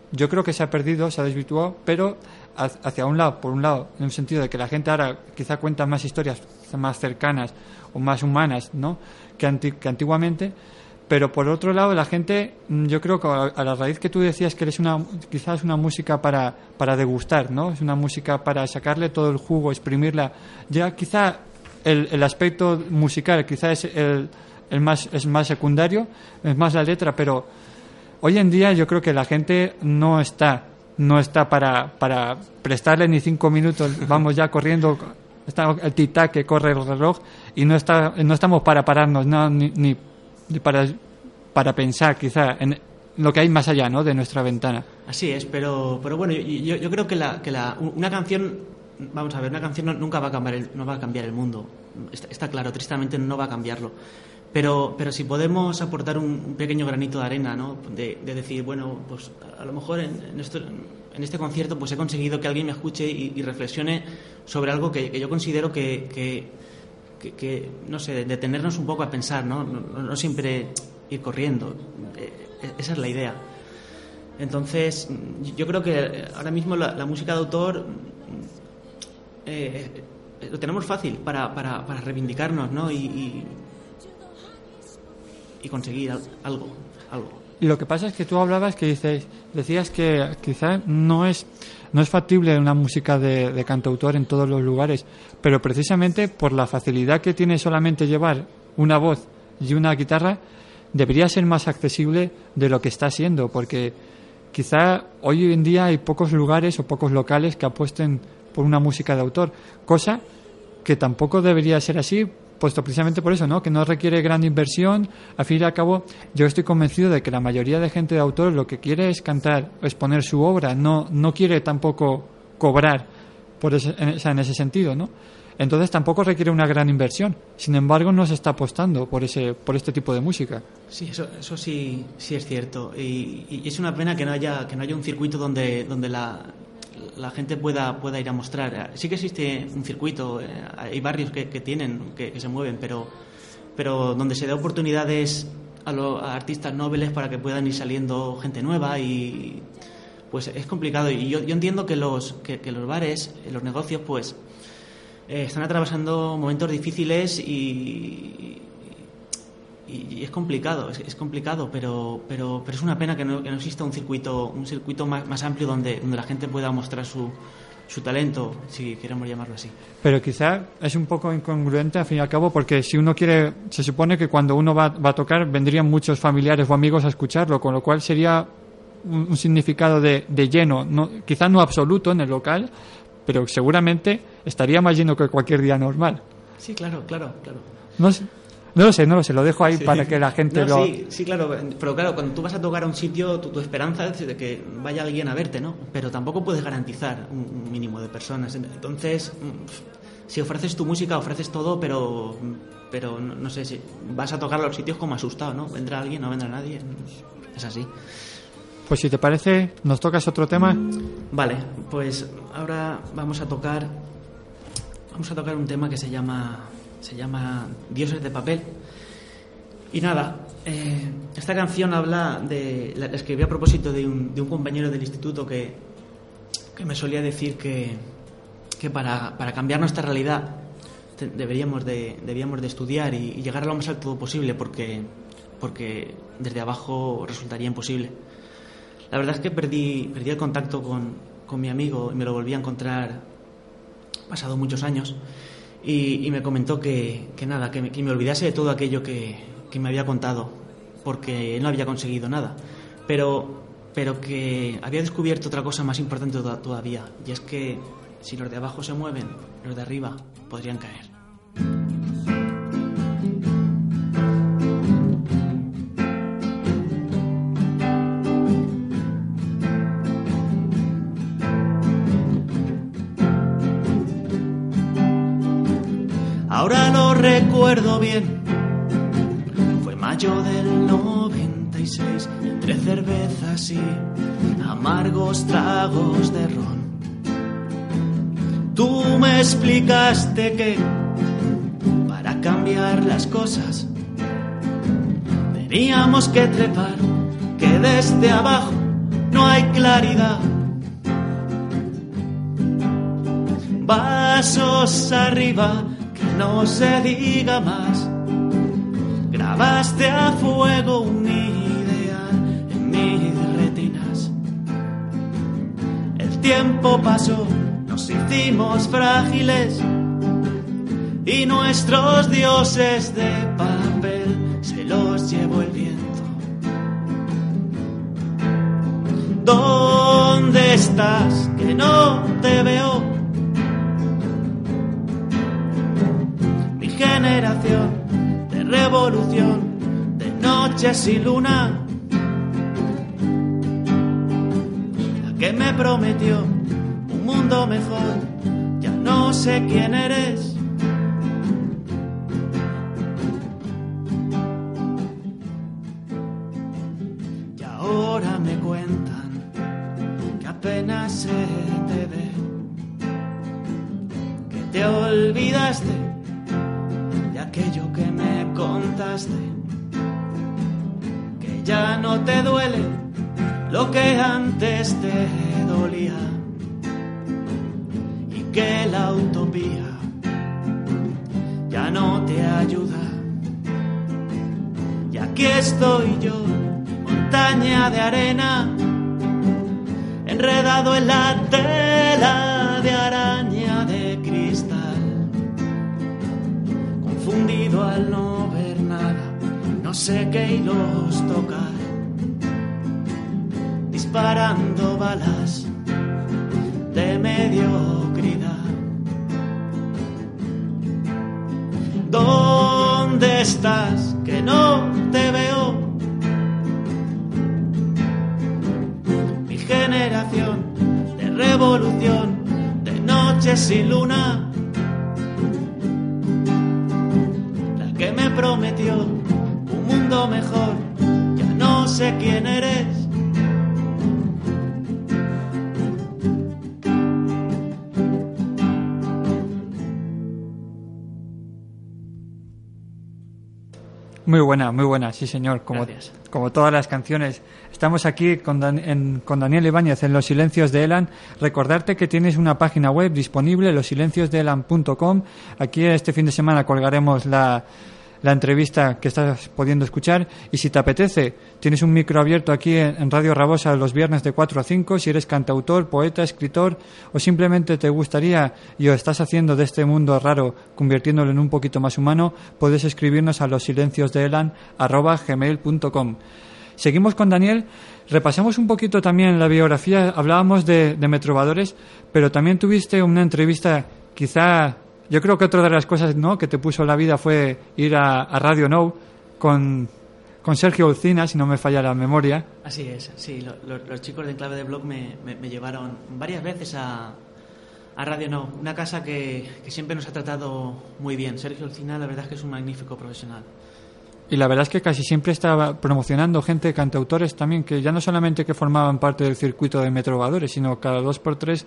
S2: yo creo que se ha perdido, se ha desvirtuado, pero hacia un lado, por un lado, en el sentido de que la gente ahora quizá cuenta más historias más cercanas o más humanas, ¿no?, que antiguamente, pero por otro lado la gente, yo creo que a la raíz que tú decías que quizás una música para degustar, ¿no?, es una música para sacarle todo el jugo, exprimirla, ya quizá el aspecto musical quizá es es más secundario, es más la letra, pero hoy en día yo creo que la gente no está para prestarle ni 5 minutos, vamos ya corriendo, está el tic-tac que corre el reloj, y no estamos para pararnos, no, ni para pensar quizá en lo que hay más allá, ¿no?, de nuestra ventana.
S4: Así es, pero bueno, yo creo que una canción, vamos a ver, una canción nunca va a cambiar el mundo, está claro, tristemente no va a cambiarlo. Pero si podemos aportar un pequeño granito de arena, ¿no?, de decir, bueno, pues a lo mejor en este concierto pues he conseguido que alguien me escuche y reflexione sobre algo que yo considero que no sé, detenernos un poco a pensar, no siempre ir corriendo. Esa es la idea. Entonces, yo creo que ahora mismo la música de autor lo tenemos fácil para reivindicarnos, ¿no?, y conseguir algo.
S2: Lo que pasa es que tú hablabas decías que quizá no es factible una música de cantautor en todos los lugares, pero precisamente por la facilidad que tiene solamente llevar una voz y una guitarra, debería ser más accesible de lo que está siendo, porque quizá hoy en día hay pocos lugares o pocos locales que apuesten por una música de autor, cosa que tampoco debería ser así, puesto precisamente por eso, ¿no?, que no requiere gran inversión. Al fin y al cabo, yo estoy convencido de que la mayoría de gente de autor lo que quiere es cantar, exponer su obra, no quiere tampoco cobrar en ese sentido, ¿no? Entonces tampoco requiere una gran inversión. Sin embargo, no se está apostando por este tipo de música.
S4: Sí, eso sí es cierto. Y es una pena que no haya un circuito donde la gente pueda ir a mostrar. Sí que existe un circuito, hay barrios que se mueven, pero donde se da oportunidades a artistas nobles para que puedan ir saliendo gente nueva, y pues es complicado. Y yo entiendo que los bares, los negocios, pues están atravesando momentos difíciles y es complicado, pero es una pena que no exista un circuito más amplio donde la gente pueda mostrar su talento, si queremos llamarlo así.
S2: Pero quizá es un poco incongruente al fin y al cabo, porque si uno quiere, se supone que cuando uno va a tocar vendrían muchos familiares o amigos a escucharlo, con lo cual sería un significado de lleno, quizá no absoluto en el local, pero seguramente estaría más lleno que cualquier día normal.
S4: Sí, claro.
S2: No lo sé, lo dejo ahí, sí, para que la gente lo...
S4: Sí, claro, pero claro, cuando tú vas a tocar a un sitio, tu esperanza es de que vaya alguien a verte, ¿no? Pero tampoco puedes garantizar un mínimo de personas. Entonces, si ofreces tu música, ofreces todo, pero no sé, si vas a tocar a los sitios como asustado, ¿no? ¿Vendrá alguien? ¿No vendrá nadie? Es así.
S2: Pues si te parece, ¿nos tocas otro tema?
S4: Vale, pues ahora vamos a tocar un tema que se llama Dioses de papel. Y nada, esta canción habla la escribí a propósito de un compañero del instituto que me solía decir que para cambiar nuestra realidad debíamos de estudiar y llegar a lo más alto posible, porque desde abajo resultaría imposible. La verdad es que perdí el contacto con mi amigo y me lo volví a encontrar pasado muchos años, y me comentó que me olvidase de todo aquello que me había contado, porque él no había conseguido nada, pero que había descubierto otra cosa más importante todavía, y es que si los de abajo se mueven, los de arriba podrían caer. Ahora lo recuerdo bien, fue mayo del 96, entre cervezas y amargos tragos de ron. Tú me explicaste que para cambiar las cosas teníamos que trepar, que desde abajo
S5: no hay claridad. Vasos arriba, que no se diga más. Grabaste a fuego un ideal en mis retinas. El tiempo pasó, nos hicimos frágiles y nuestros dioses de papel se los llevó el viento. ¿Dónde estás? Que no te veo. Mi generación de revolución, de noches y luna, la que me prometió un mundo mejor, ya no sé quién eres. Y ahora me cuentan que apenas se te ve, que te olvidaste de aquello que me contaste, que ya no te duele lo que antes te dolía, y que la utopía ya no te ayuda. Y aquí estoy yo, montaña de arena, enredado en la tela de araña de cristal, confundido al no ver nada, no sé qué hilos tocar, disparando balas de mediocridad. ¿Dónde estás? Que no te veo. Mi generación de revolución, de noches sin luna, la que me prometió un mundo mejor, ya no sé quién eres.
S2: Muy buena, sí señor,
S4: Gracias.
S2: como todas las canciones. Estamos aquí con Daniel Ibáñez en Los Silencios de Elan. Recordarte que tienes una página web disponible, losilenciosdeelan.com. Aquí este fin de semana colgaremos la entrevista que estás pudiendo escuchar, y si te apetece, tienes un micro abierto aquí en Radio Rabosa los viernes de 4 a 5, si eres cantautor, poeta, escritor, o simplemente te gustaría y o estás haciendo de este mundo raro, convirtiéndolo en un poquito más humano, puedes escribirnos a losilenciosdeelan@gmail.com. Seguimos con Daniel, repasamos un poquito también la biografía, hablábamos de Metrovadores, pero también tuviste una entrevista, quizá... Yo creo que otra de las cosas, ¿no?, que te puso la vida fue ir a Radio Now con Sergio Olcina, si no me falla la memoria.
S4: Así es, sí. Los chicos de Enclave de Blog me llevaron varias veces a Radio Now, una casa que siempre nos ha tratado muy bien. Sergio Olcina, la verdad es que es un magnífico profesional.
S2: Y la verdad es que casi siempre estaba promocionando gente, cantautores también, que ya no solamente que formaban parte del circuito de Metrovadores, sino cada 2x3,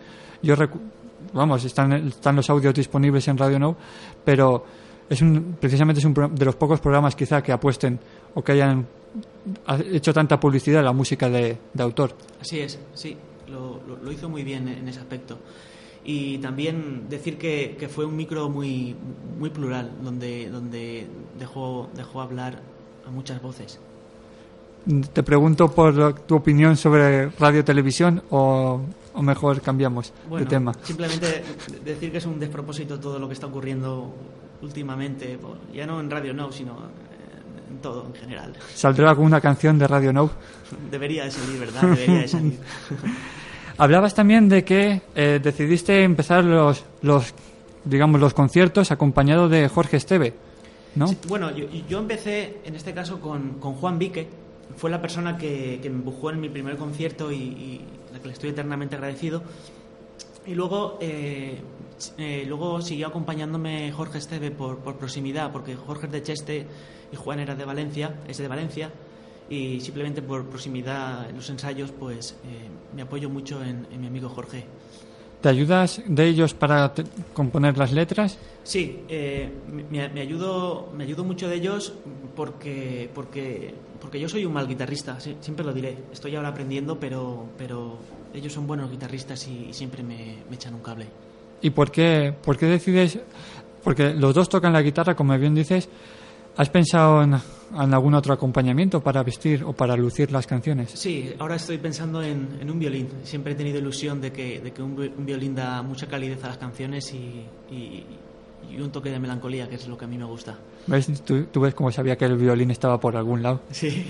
S2: están los audios disponibles en Radio Now, pero precisamente es un de los pocos programas quizá que apuesten o que hayan hecho tanta publicidad a la música de autor.
S4: Así es, sí, lo hizo muy bien en ese aspecto. Y también decir que fue un micro muy muy plural, donde dejó hablar a muchas voces.
S2: Te pregunto por tu opinión sobre radio-televisión o mejor cambiamos de tema.
S4: Simplemente decir que es un despropósito todo lo que está ocurriendo últimamente, ya no en Radio Now, sino en todo en general.
S2: ¿Saldrá alguna canción de Radio Now?
S4: Debería de salir, ¿verdad? Debería de salir.
S2: Hablabas también de que decidiste empezar los conciertos acompañado de Jorge Esteve, ¿no?
S4: Sí, bueno, yo empecé en este caso con Juan Vique. Fue la persona que me empujó en mi primer concierto y a la que le estoy eternamente agradecido. Y luego siguió acompañándome Jorge Esteve por proximidad, porque Jorge es de Cheste y Juan es de Valencia, y simplemente por proximidad en los ensayos pues me apoyo mucho en mi amigo Jorge.
S2: ¿Te ayudas de ellos para componer las letras?
S4: Sí, me ayudo mucho de ellos porque yo soy un mal guitarrista, siempre lo diré. Estoy ahora aprendiendo, pero ellos son buenos guitarristas y siempre me echan un cable.
S2: ¿Y por qué decides? Porque los dos tocan la guitarra, como bien dices. ¿Has pensado en algún otro acompañamiento para vestir o para lucir las canciones?
S4: Sí, ahora estoy pensando en un violín. Siempre he tenido ilusión de que un violín da mucha calidez a las canciones y un toque de melancolía, que es lo que a mí me gusta.
S2: ¿Ves? Tú ves cómo sabía que el violín estaba por algún lado.
S4: Sí.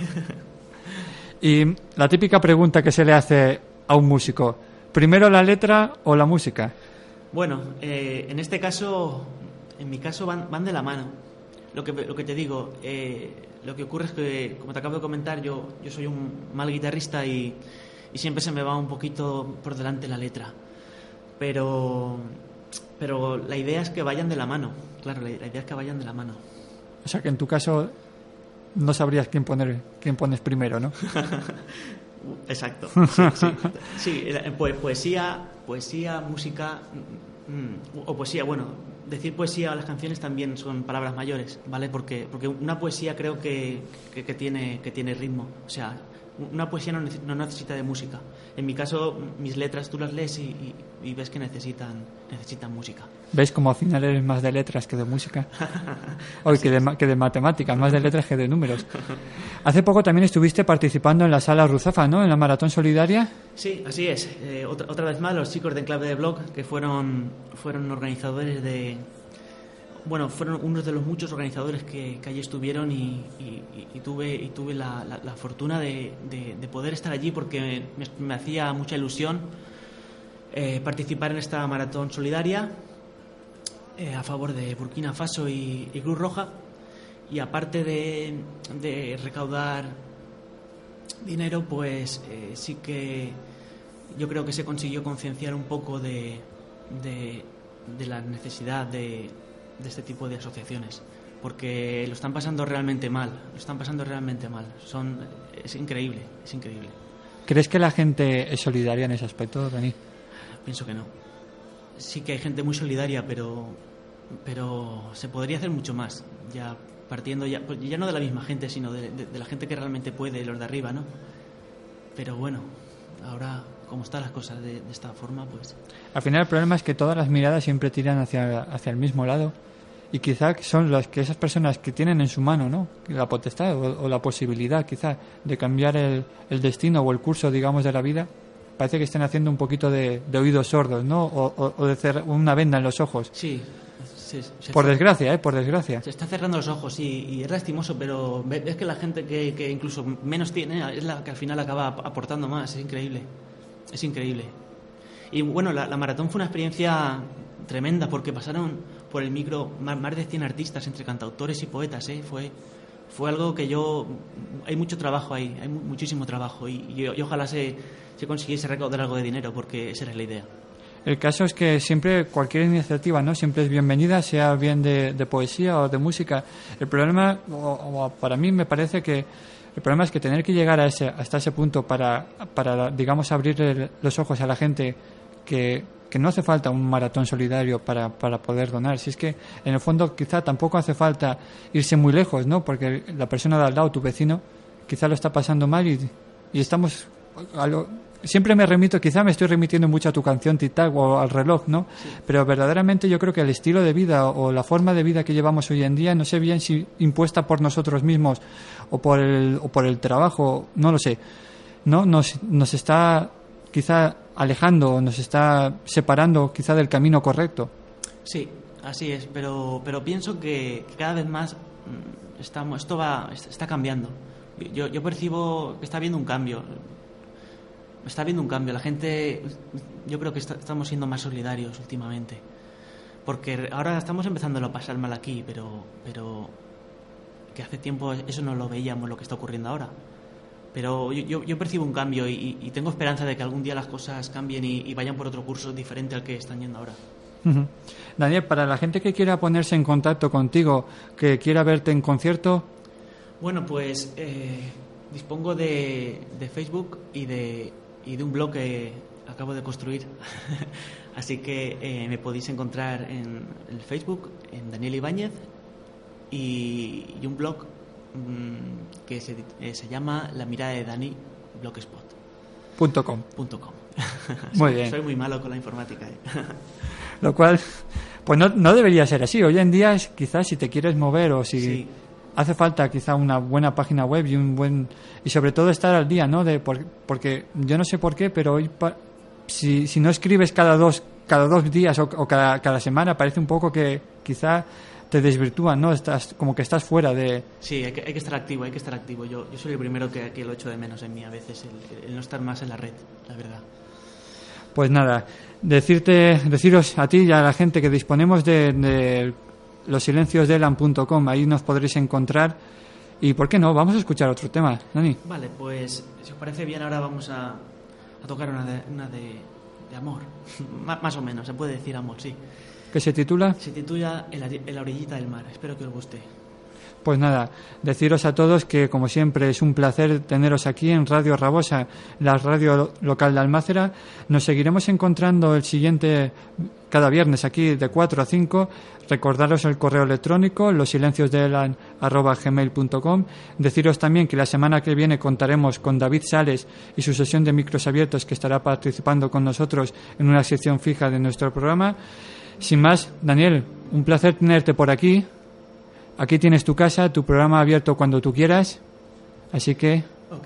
S2: Y la típica pregunta que se le hace a un músico: ¿primero la letra o la música?
S4: Bueno, en este caso, en mi caso van de la mano. Lo que te digo, lo que ocurre es que, como te acabo de comentar, yo soy un mal guitarrista y siempre se me va un poquito por delante la letra. Pero la idea es que vayan de la mano. Claro, la idea es que vayan de la mano.
S2: O sea que en tu caso no sabrías quién pones primero, ¿no?
S4: Exacto. Sí, poesía, música o poesía, bueno. Decir poesía a las canciones también son palabras mayores, ¿vale? Porque una poesía creo que tiene ritmo. O sea, una poesía no necesita de música. En mi caso, mis letras tú las lees y ves que necesitan música.
S2: ¿Ves como al final eres más de letras que de música? O que de matemáticas, más de letras que de números. Hace poco también estuviste participando en la Sala Ruzafa, ¿no? En la Maratón Solidaria.
S4: Sí, así es. Otra vez más, los chicos de Enclave de Bloc, que fueron organizadores fueron unos de los muchos organizadores que allí estuvieron y tuve la fortuna de poder estar allí porque me hacía mucha ilusión participar en esta maratón solidaria a favor de Burkina Faso y Cruz Roja, y aparte de recaudar dinero, pues sí que yo creo que se consiguió concienciar un poco de la necesidad de este tipo de asociaciones, porque lo están pasando realmente mal. Es increíble.
S2: ¿Crees que la gente es solidaria en ese aspecto, Dani?
S4: Pienso que no. Sí que hay gente muy solidaria, pero se podría hacer mucho más, ya partiendo ya no de la misma gente, sino de la gente que realmente puede, los de arriba, ¿no? Pero bueno, ahora como están las cosas de esta forma, pues...
S2: Al final el problema es que todas las miradas siempre tiran hacia el mismo lado, y quizá son esas personas que tienen en su mano, ¿no?, la potestad o la posibilidad quizá de cambiar el destino o el curso, digamos, de la vida, parece que estén haciendo un poquito de oídos sordos, ¿no?, o de hacer una venda en los ojos.
S4: Sí.
S2: Por desgracia.
S4: Se está cerrando los ojos y es lastimoso, pero ves que la gente que incluso menos tiene es la que al final acaba aportando más. Es increíble. Y bueno, la maratón fue una experiencia tremenda porque pasaron por el micro más de 100 artistas entre cantautores y poetas. Fue algo que hay mucho trabajo ahí, hay muchísimo trabajo y ojalá se consiguiese recaudar algo de dinero, porque esa era la idea.
S2: El caso es que siempre cualquier iniciativa, ¿no?, siempre es bienvenida, sea bien de poesía o de música. El problema, o para mí me parece que el problema es que tener que llegar hasta ese punto para digamos, abrir los ojos a la gente que no hace falta un maratón solidario para poder donar. Si es que en el fondo quizá tampoco hace falta irse muy lejos, ¿no?, porque la persona de al lado, tu vecino, quizá lo está pasando mal y estamos siempre me estoy remitiendo mucho a tu canción Tic Tac o al reloj, ¿no? Sí. Pero verdaderamente yo creo que el estilo de vida o la forma de vida que llevamos hoy en día, no sé bien si impuesta por nosotros mismos o por el trabajo, no lo sé, ¿no? Nos está quizá alejando, nos está separando quizá del camino correcto.
S4: Sí, así es, pero pienso que cada vez más está cambiando. Yo percibo que está habiendo un cambio. La gente, yo creo que estamos siendo más solidarios últimamente, porque ahora estamos empezando a pasar mal aquí, pero que hace tiempo eso no lo veíamos, lo que está ocurriendo ahora. Pero yo percibo un cambio y tengo esperanza de que algún día las cosas cambien y vayan por otro curso diferente al que están yendo ahora.
S2: Uh-huh. Daniel, para la gente que quiera ponerse en contacto contigo, que quiera verte en concierto...
S4: Bueno, pues dispongo de Facebook y de un blog que acabo de construir Así que me podéis encontrar en el Facebook, en Daniel Ibáñez, y un blog que se llama La Mirada de Dani, blogspot.com.
S2: Muy bien.
S4: Soy muy malo con la informática.
S2: Lo cual, pues no debería ser así. Hoy en día, quizás si te quieres mover o si
S4: Sí.
S2: hace falta quizá una buena página web y sobre todo estar al día, ¿no? Porque yo no sé por qué, pero hoy si no escribes cada dos días o cada semana, parece un poco que quizá te desvirtúan, ¿no? Como que estás fuera de...
S4: Sí, hay que estar activo, Yo soy el primero que lo echo de menos en mí a veces, el no estar más en la red, la verdad.
S2: Pues nada, deciros a ti y a la gente que disponemos de losilenciosdeelan.com, ahí nos podréis encontrar. Y ¿por qué no? Vamos a escuchar otro tema, Dani.
S4: Vale, pues si os parece bien, ahora vamos a tocar una de amor. Más o menos, se puede decir amor, sí.
S2: ¿Qué se titula?
S4: Se titula En la orillita del mar. Espero que os guste.
S2: Pues nada, deciros a todos que, como siempre, es un placer teneros aquí en Radio Rabosa, la radio local de Almácera. Nos seguiremos encontrando el siguiente, cada viernes aquí de 4 a 5. Recordaros el correo electrónico, losilenciosdeelan@gmail.com. Deciros también que la semana que viene contaremos con David Sales y su sesión de micros abiertos, que estará participando con nosotros en una sección fija de nuestro programa. Sin más, Daniel, un placer tenerte por aquí. Aquí tienes tu casa, tu programa abierto cuando tú quieras. Así que...
S4: Ok.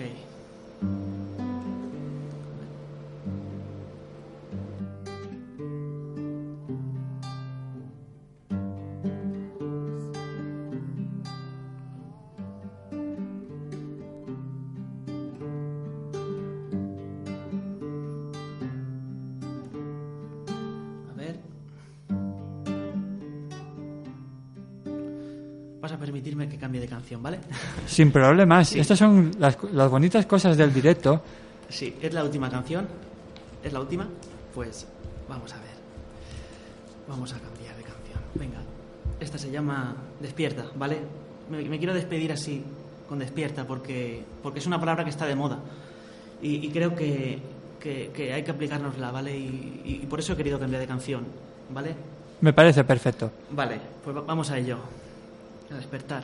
S4: Vas a permitirme que cambie de canción, ¿vale?
S2: Sin problemas.
S4: Sí.
S2: Estas son las bonitas cosas del directo.
S4: Sí, es la última canción. ¿Es la última? Pues vamos a ver. Vamos a cambiar de canción. Venga. Esta se llama Despierta, ¿vale? Me quiero despedir así, con Despierta, porque es una palabra que está de moda. Y creo que hay que aplicárnosla, ¿vale? Y por eso he querido cambiar de canción, ¿vale?
S2: Me parece perfecto.
S4: Vale, pues vamos a ello. A despertar.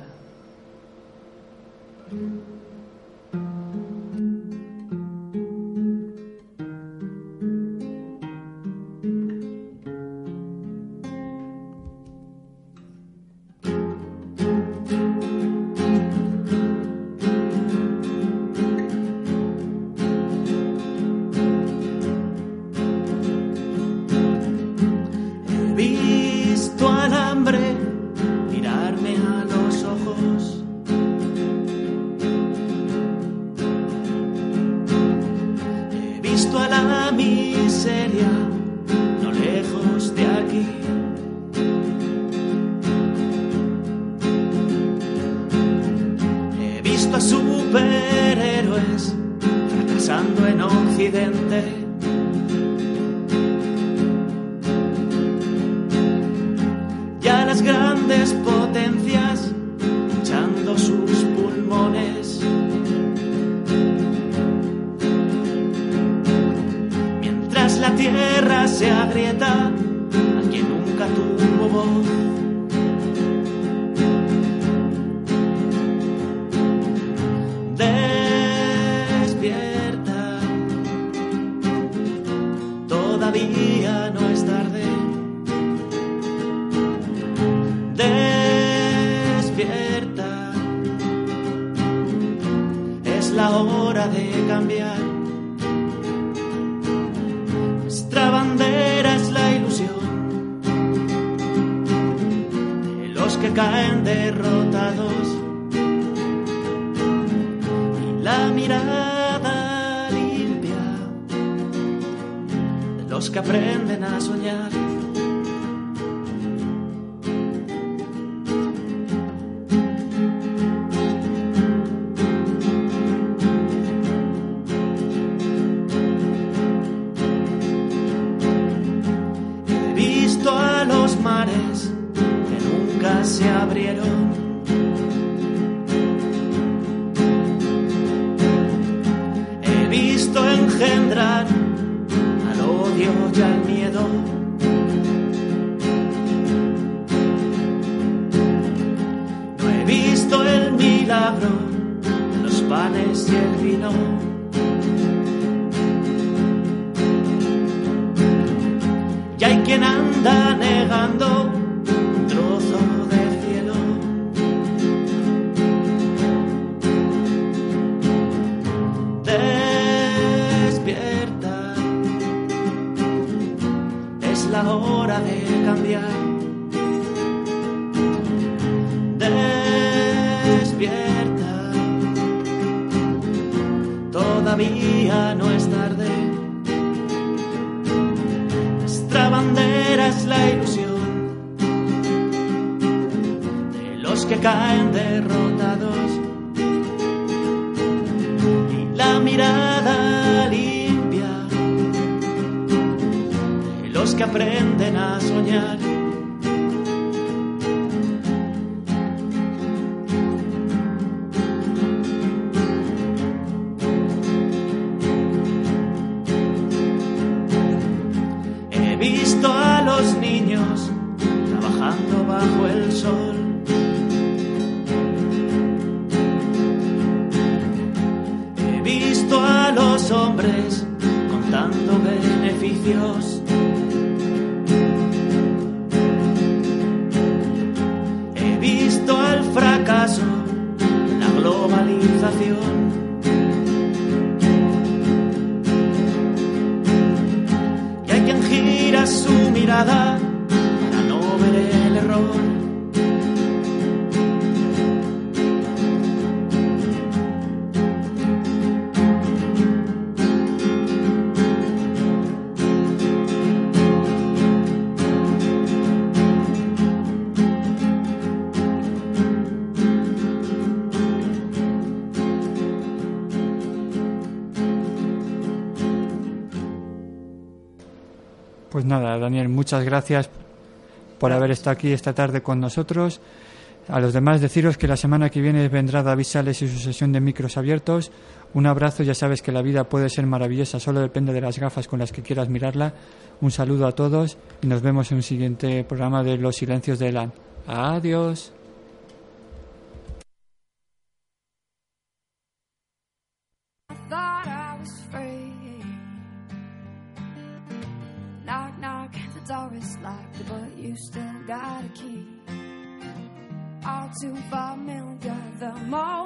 S4: He visto al hambre mirarme a los ojos. He visto a la miseria no lejos de aquí. He visto a superhéroes fracasando en Occidente. Ya las grandes potencias hinchando sus pulmones. Mientras la tierra se agrieta, a quien nunca tuvo voz. Despierta, todavía no es tarde. Despierta, es la hora de cambiar. Nuestra bandera es la ilusión de los que caen derrotados y la mirada limpia de los que aprenden a soñar. Mares que nunca se abrieron. He visto engendrar al odio
S5: ya el miedo. No he visto el milagro de los panes y el vino. Y hay quien anda negando un trozo de cielo. Despierta, es la hora de cambiar. Despierta, todavía no es tarde. Nuestra bandera es la ilusión de los que caen derrotados y la mirada limpia de los que aprenden a soñar. He visto a los niños trabajando bajo el sol. He visto a los hombres contando beneficios. He visto al fracaso, la globalización. Gira su mirada para no ver el error.
S2: Pues nada, Daniel, muchas gracias por haber estado aquí esta tarde con nosotros. A los demás deciros que la semana que viene vendrá David Sales y su sesión de micros abiertos. Un abrazo, ya sabes que la vida puede ser maravillosa, solo depende de las gafas con las que quieras mirarla. Un saludo a todos y nos vemos en un siguiente programa de Los Silencios de Elan. Adiós.
S3: Knock, knock, the door is locked, but you still got a key. All too familiar, the more